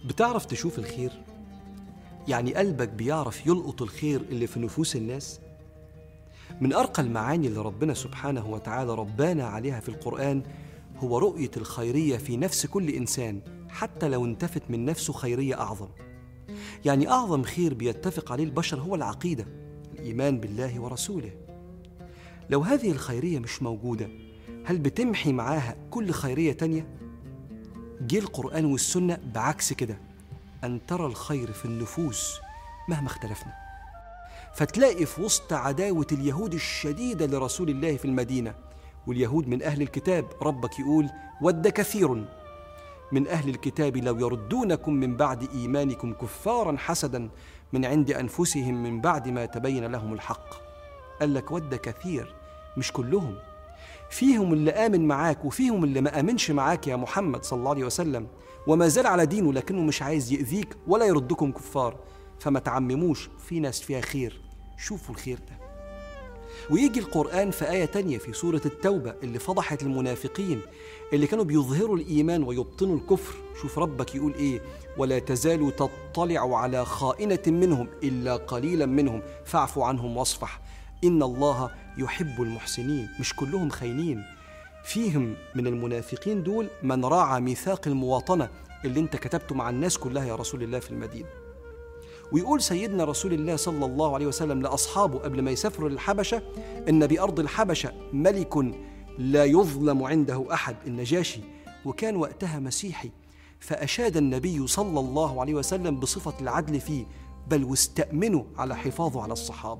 بتعرف تشوف الخير؟ يعني قلبك بيعرف يلقط الخير اللي في نفوس الناس؟ من أرقى المعاني اللي ربنا سبحانه وتعالى ربانا عليها في القرآن هو رؤية الخيرية في نفس كل إنسان، حتى لو انتفت من نفسه خيرية أعظم. يعني أعظم خير بيتفق عليه البشر هو العقيدة، الإيمان بالله ورسوله. لو هذه الخيرية مش موجودة، هل بتمحي معاها كل خيرية تانية؟ جه القرآن والسنة بعكس كده، أن ترى الخير في النفوس مهما اختلفنا. فتلاقي في وسط عداوة اليهود الشديدة لرسول الله في المدينة، واليهود من أهل الكتاب، ربك يقول: ود كثير من أهل الكتاب لو يردونكم من بعد إيمانكم كفارا حسدا من عند أنفسهم من بعد ما تبين لهم الحق. قال لك ود كثير، مش كلهم، فيهم اللي آمن معاك وفيهم اللي ما آمنش معاك يا محمد صلى الله عليه وسلم، وما زال على دينه لكنه مش عايز يأذيك ولا يردكم كفار. فما تعمموش، في ناس فيها خير، شوفوا الخير ده. ويجي القرآن في آية تانية في سورة التوبة اللي فضحت المنافقين اللي كانوا بيظهروا الإيمان ويبطنوا الكفر. شوف ربك يقول إيه: ولا تزال تطلع على خائنة منهم إلا قليلا منهم فاعف عنهم واصفح إن الله يحب المحسنين. مش كلهم خاينين، فيهم من المنافقين دول من راعى ميثاق المواطنة اللي انت كتبته مع الناس كلها يا رسول الله في المدينة. ويقول سيدنا رسول الله صلى الله عليه وسلم لأصحابه قبل ما يسافروا للحبشة: إن بأرض الحبشة ملك لا يظلم عنده أحد، النجاشي، وكان وقتها مسيحي. فأشاد النبي صلى الله عليه وسلم بصفة العدل فيه، بل واستأمنوا على حفاظه على الصحابة.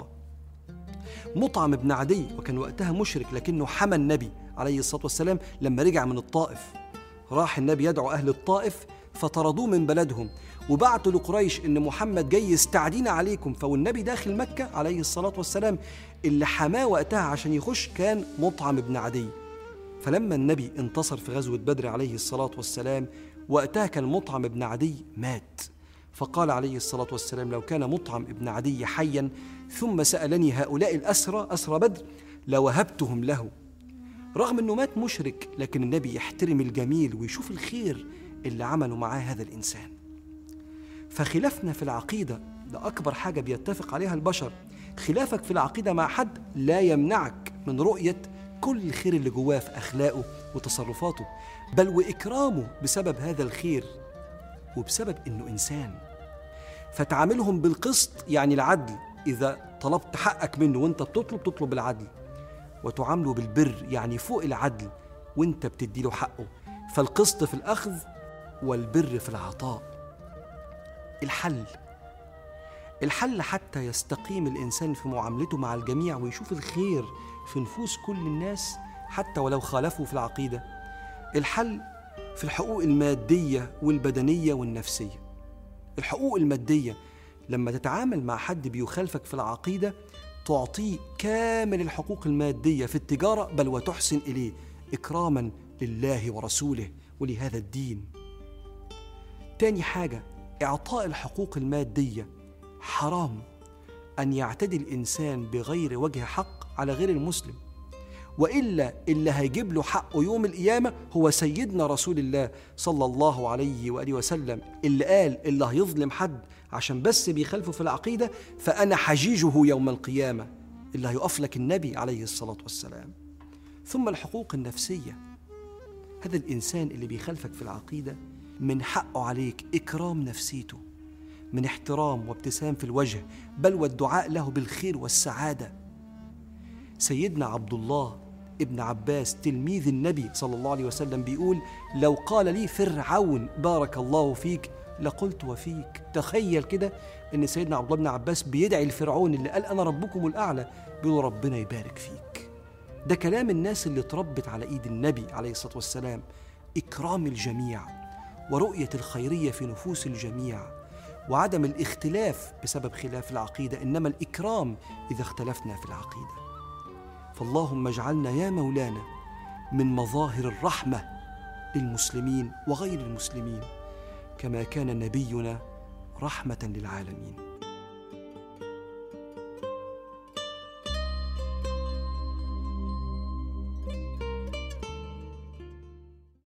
مطعم بن عدي، وكان وقتها مشرك لكنه حمى النبي عليه الصلاة والسلام لما رجع من الطائف. راح النبي يدعو أهل الطائف فطردوه من بلدهم، وبعتوا لقريش إن محمد جاي يستعدينا عليكم. فالنبي داخل مكة عليه الصلاة والسلام اللي حماه وقتها عشان يخش كان مطعم بن عدي. فلما النبي انتصر في غزوة بدر عليه الصلاة والسلام، وقتها كان مطعم بن عدي مات. فقال عليه الصلاة والسلام: لو كان مطعم ابن عدي حيا ثم سألني هؤلاء الأسرى، أسرى بدر، لوهبتهم له. رغم أنه مات مشرك، لكن النبي يحترم الجميل ويشوف الخير اللي عمله معاه هذا الإنسان. فخلافنا في العقيدة ده أكبر حاجة بيتفق عليها البشر. خلافك في العقيدة مع حد لا يمنعك من رؤية كل الخير اللي جواه في أخلاقه وتصرفاته، بل وإكرامه بسبب هذا الخير وبسبب أنه إنسان. فتعاملهم بالقسط، يعني العدل، إذا طلبت حقك منه وانت تطلب العدل، وتعامله بالبر، يعني فوق العدل وانت بتديله حقه. فالقسط في الأخذ والبر في العطاء. الحل حتى يستقيم الإنسان في معاملته مع الجميع ويشوف الخير في نفوس كل الناس حتى ولو خالفوا في العقيدة. الحل في الحقوق المادية والبدنية والنفسية. الحقوق المادية، لما تتعامل مع حد بيخالفك في العقيدة تعطيه كامل الحقوق المادية في التجارة، بل وتحسن إليه إكراما لله ورسوله ولهذا الدين. تاني حاجة، إعطاء الحقوق المادية حرام أن يعتدي الإنسان بغير وجه حق على غير المسلم، وإلا اللي هيجيب له حقه يوم القيامة هو سيدنا رسول الله صلى الله عليه وآله وسلم، اللي قال: اللي هيظلم حد عشان بس بيخالفه في العقيدة فأنا حجيجه يوم القيامة، اللي هيقف لك النبي عليه الصلاة والسلام. ثم الحقوق النفسية، هذا الإنسان اللي بيخالفك في العقيدة من حقه عليك إكرام نفسيته من احترام وابتسام في الوجه، بل والدعاء له بالخير والسعادة. سيدنا عبد الله ابن عباس تلميذ النبي صلى الله عليه وسلم بيقول: لو قال لي فرعون بارك الله فيك لقلت وفيك. تخيل كده ان سيدنا عبد الله بن عباس بيدعي الفرعون اللي قال أنا ربكم الأعلى، بيقول ربنا يبارك فيك. ده كلام الناس اللي اتربت على إيد النبي عليه الصلاة والسلام. إكرام الجميع ورؤية الخيرية في نفوس الجميع، وعدم الاختلاف بسبب خلاف العقيدة، إنما الإكرام إذا اختلفنا في العقيدة. فاللهم اجعلنا يا مولانا من مظاهر الرحمة للمسلمين وغير المسلمين، كما كان نبينا رحمة للعالمين.